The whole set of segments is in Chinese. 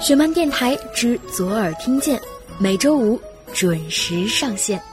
雪漫电台之左耳听见，每周五准时上线。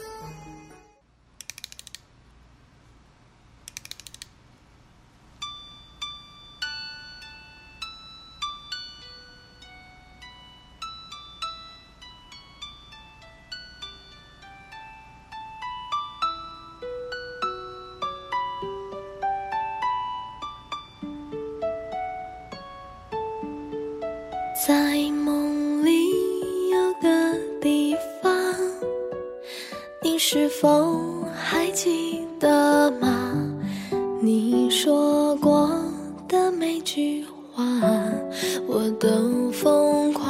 在梦里有个地方，你是否还记得吗？你说过的每句话我都疯狂，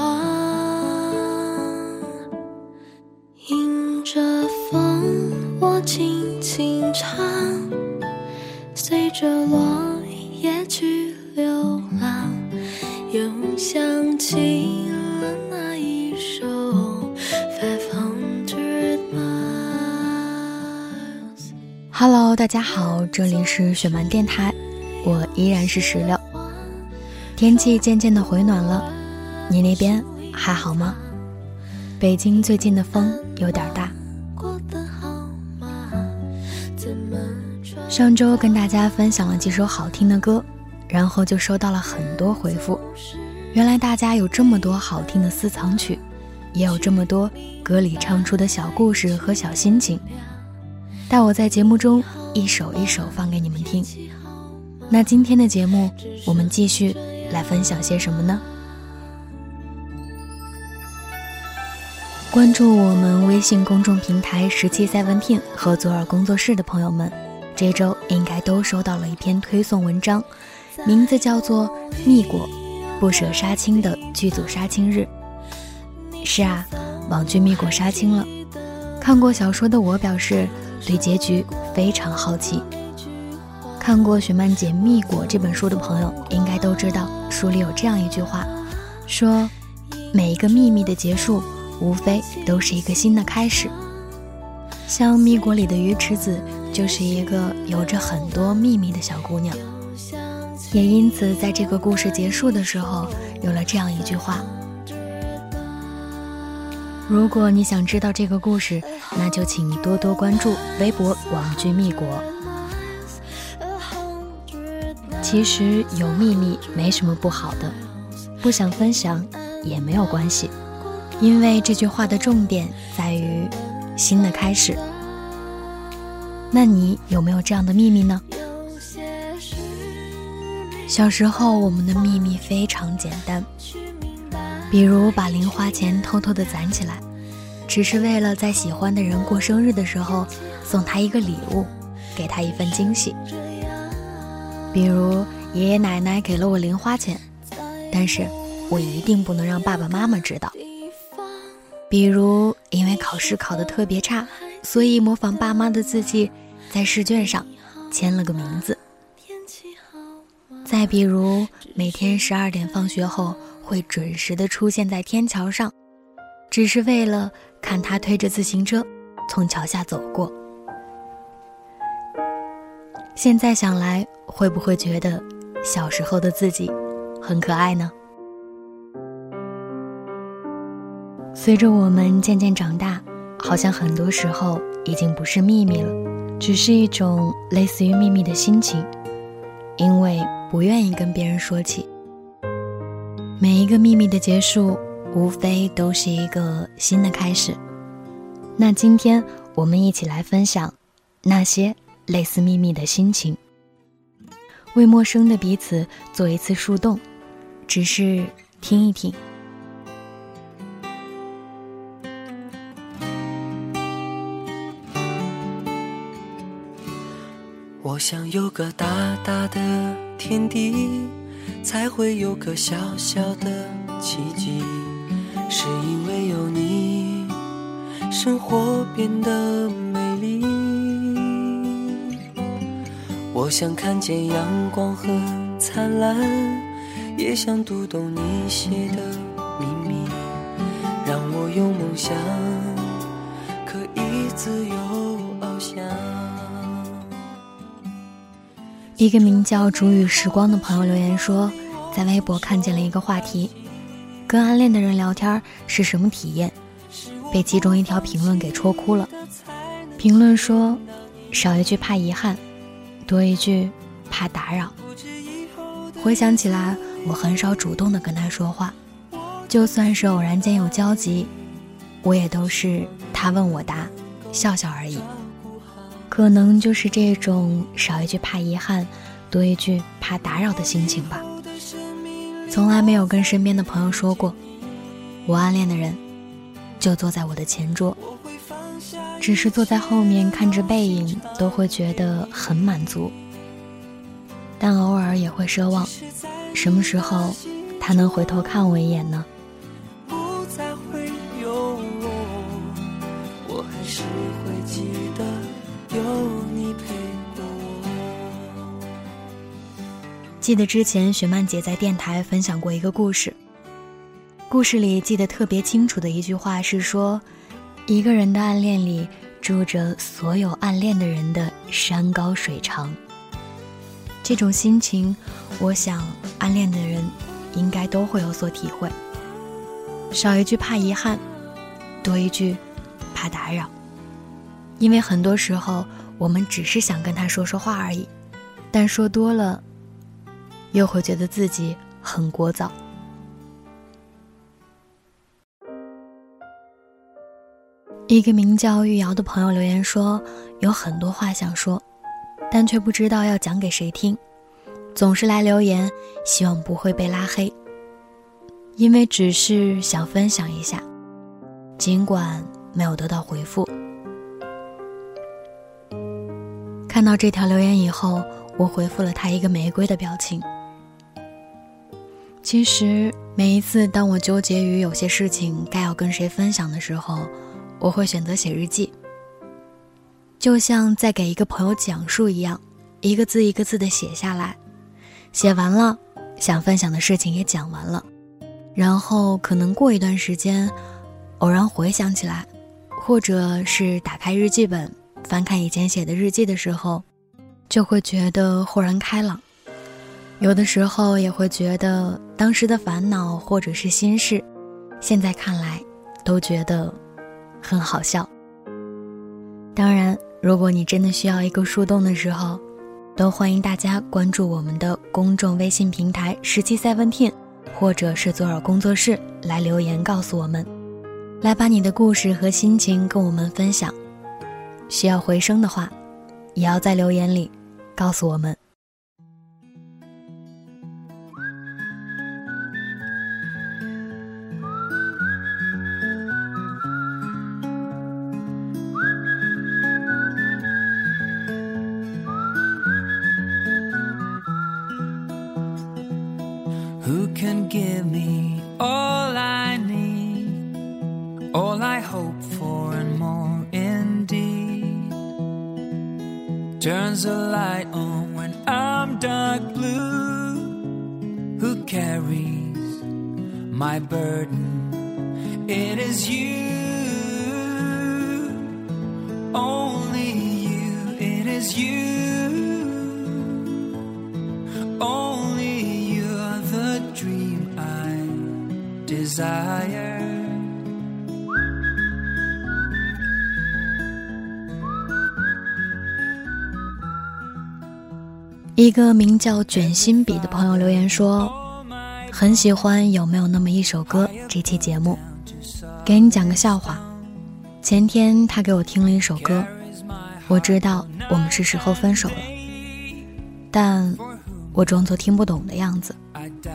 迎着风我轻轻唱，随着落叶去流浪，又想起了那一首 500 miles。 Hello， 大家好，这里是雪漫电台，我依然是石榴。天气渐渐的回暖了，你那边还好吗？北京最近的风有点大。上周跟大家分享了几首好听的歌，然后就收到了很多回复。原来大家有这么多好听的私藏曲，也有这么多歌里唱出的小故事和小心情，待我在节目中一首一首放给你们听。那今天的节目我们继续来分享些什么呢？关注我们微信公众平台1717和左耳工作室的朋友们，这周应该都收到了一篇推送文章，名字叫做蜜果不舍杀青的剧组杀青日。是啊，网剧蜜果杀青了。看过小说的我表示对结局非常好奇。看过雪漫姐蜜果这本书的朋友应该都知道，书里有这样一句话，说每一个秘密的结束无非都是一个新的开始。像蜜果里的鱼池子就是一个有着很多秘密的小姑娘，也因此在这个故事结束的时候有了这样一句话。如果你想知道这个故事，那就请你多多关注微博网剧蜜果。其实有秘密没什么不好的，不想分享也没有关系，因为这句话的重点在于新的开始。那你有没有这样的秘密呢？小时候我们的秘密非常简单，比如把零花钱偷偷地攒起来，只是为了在喜欢的人过生日的时候送他一个礼物，给他一份惊喜。比如爷爷奶奶给了我零花钱，但是我一定不能让爸爸妈妈知道。比如因为考试考得特别差，所以模仿爸妈的字迹在试卷上签了个名字。再比如每天12点放学后会准时地出现在天桥上，只是为了看他推着自行车从桥下走过。现在想来，会不会觉得小时候的自己很可爱呢？随着我们渐渐长大，好像很多时候已经不是秘密了，只是一种类似于秘密的心情，因为不愿意跟别人说起。每一个秘密的结束无非都是一个新的开始。那今天我们一起来分享那些类似秘密的心情，为陌生的彼此做一次树洞，只是听一听。 我想有个大大的天地，才会有个小小的奇迹，是因为有你，生活变得美丽。我想看见阳光很灿烂，也想读懂你写的秘密，让我有梦想，可以自由翱翔。 一个名叫竹雨时光的朋友留言说，在微博看见了一个话题， 跟暗恋的人聊天是什么体验，被其中一条评论给戳哭了。评论说，少一句怕遗憾，多一句怕打扰。回想起来，我很少主动的跟他说话，就算是偶然间有交集，我也都是他问我答，笑笑而已。可能就是这种少一句怕遗憾，多一句怕打扰的心情吧。从来没有跟身边的朋友说过，我暗恋的人就坐在我的前桌，只是坐在后面看着背影都会觉得很满足，但偶尔也会奢望什么时候他能回头看我一眼呢？ 不再会有我还是会记得有你陪过我。 记得之前雪曼姐在电台分享过一个故事，故事里记得特别清楚的一句话是说，一个人的暗恋里住着所有暗恋的人的山高水长。这种心情，我想暗恋的人应该都会有所体会。少一句怕遗憾，多一句怕打扰。因为很多时候我们只是想跟他说说话而已，但说多了又会觉得自己很聒噪。一个名叫玉瑶的朋友留言说，有很多话想说，但却不知道要讲给谁听，总是来留言，希望不会被拉黑，因为只是想分享一下，尽管没有得到回复。看到这条留言以后，我回复了他一个玫瑰的表情。其实每一次当我纠结于有些事情该要跟谁分享的时候，我会选择写日记，就像在给一个朋友讲述一样，一个字一个字的写下来，写完了，想分享的事情也讲完了，然后可能过一段时间偶然回想起来，或者是打开日记本翻看以前写的日记的时候，就会觉得豁然开朗。有的时候也会觉得当时的烦恼或者是心事，现在看来都觉得很好笑。当然，如果你真的需要一个树洞的时候，都欢迎大家关注我们的公众微信平台1717，或者是左耳工作室来留言告诉我们，来把你的故事和心情跟我们分享。需要回声的话，也要在留言里告诉我们。 Who can give me all I need, all I hope for and more indeed? Turns the light on when I'm dark blue. Who carries my burden? It is you, only you, it is you.Desire. 一个名叫卷心笔的朋友留言说，很喜欢有没有那么一首歌这期节目，给你讲个笑话。前天他给我听了一首歌，我知道我们是时候分手了，但我装作听不懂的样子。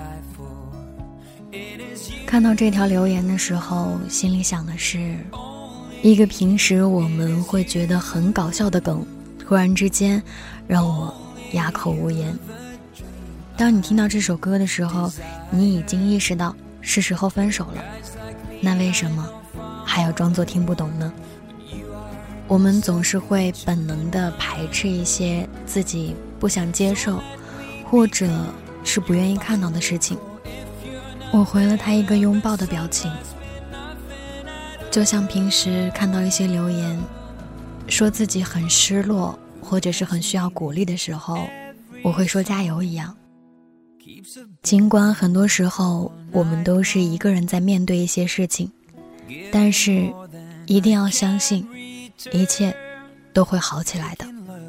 看到这条留言的时候，心里想的是，一个平时我们会觉得很搞笑的梗，突然之间让我哑口无言。当你听到这首歌的时候，你已经意识到是时候分手了，那为什么还要装作听不懂呢？我们总是会本能地排斥一些自己不想接受或者是不愿意看到的事情。我回了他一个拥抱的表情，就像平时看到一些留言说自己很失落或者是很需要鼓励的时候，我会说加油一样。 尽管很多时候我们都是一个人在面对一些事情，但是一定要相信一切都会好起来的。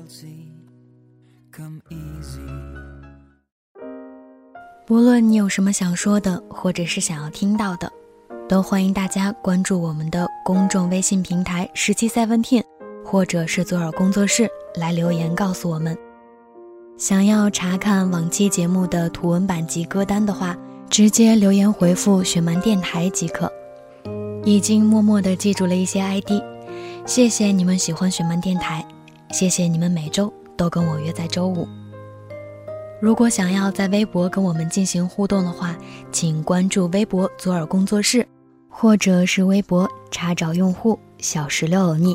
无论你有什么想说的，或者是想要听到的，都欢迎大家关注我们的公众微信平台17Seventeen，或者是左耳工作室来留言告诉我们。想要查看往期节目的图文版及歌单的话，直接留言回复雪漫电台即可。已经默默地记住了一些 ID， 谢谢你们喜欢雪漫电台，谢谢你们每周都跟我约在周五。如果想要在微博跟我们进行互动的话，请关注微博左耳工作室，或者是微博查找用户小16欧尼。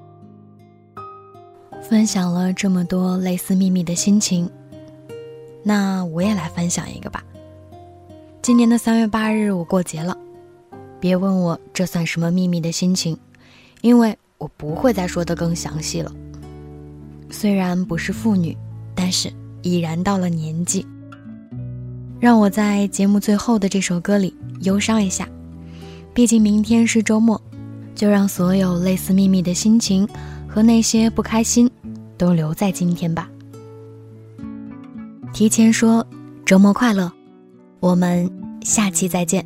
分享了这么多类似秘密的心情，那我也来分享一个吧。今年的3月8日我过节了，别问我这算什么秘密的心情，因为我不会再说得更详细了。虽然不是妇女，但是已然到了年纪。让我在节目最后的这首歌里忧伤一下，毕竟明天是周末，就让所有类似秘密的心情和那些不开心都留在今天吧。提前说周末快乐，我们下期再见。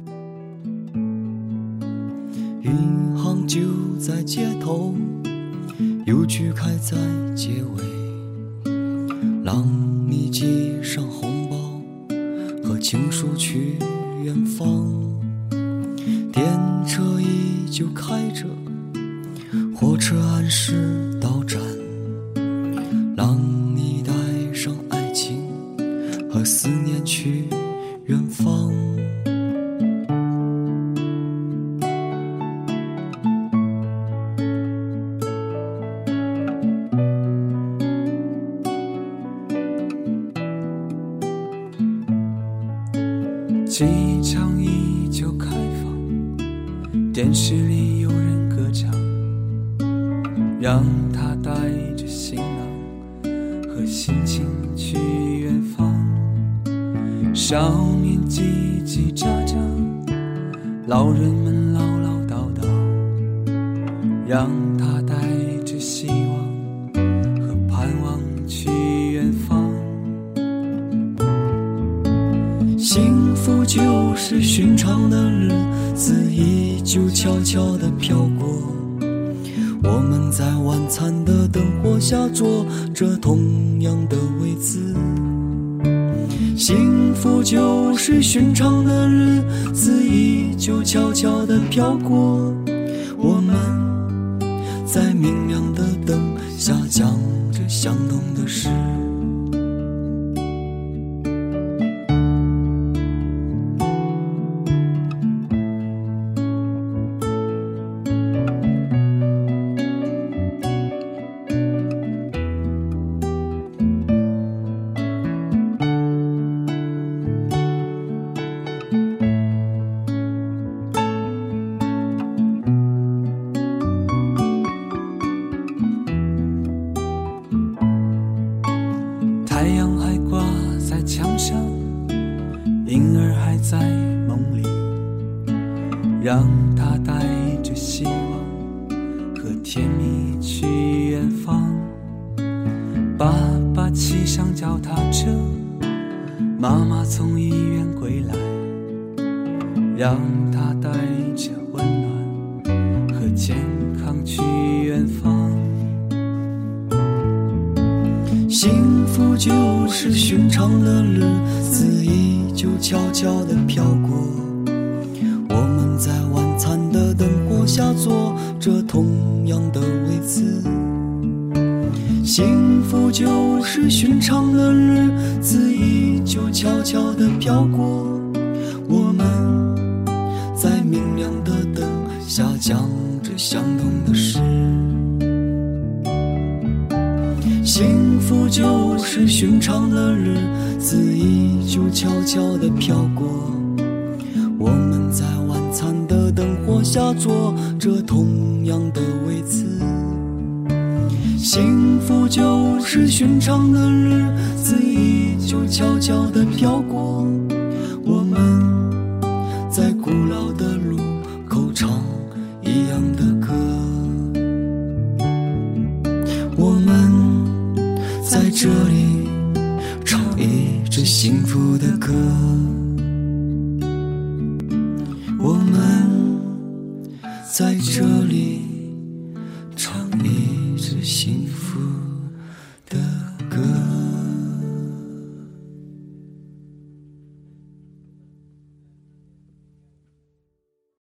银行就在街头，邮局开在街尾，让你寄上红包和情书去远方。电车依旧开着，火车按时到站，让你带上爱情和思念去远方。机场依旧开放，电视里有人歌唱，让他带着行囊和心情去远方。少年叽叽喳喳，老人们唠唠叨叨，让他带着希望和盼望去远方。幸福就是寻常的日子依旧悄悄地飘过，我们在晚餐的灯火下做着同样的位子。幸福就是寻常的日子依旧悄悄地飘过，我们在明亮的灯下讲着相同的事。太阳还挂在墙上，婴儿还在梦里，让他带着希望和甜蜜去远方。爸爸骑上脚踏车，妈妈从医院归来，让他带着温暖和健康去远方。幸福就是寻常的日子依旧悄悄地飘过，我们在晚餐的灯火下做着同样的位子。幸福就是寻常的日子依旧悄悄地飘过，我们在明亮的灯下讲着相同的事。幸福就是寻常的日子依旧悄悄地飘过，我们在晚餐的灯火下做着同样的位子。 幸福就是寻常的日子依旧悄悄地飘过，我们在古老的路口唱一样的歌，我们在这里唱一支幸福的歌，我们在这里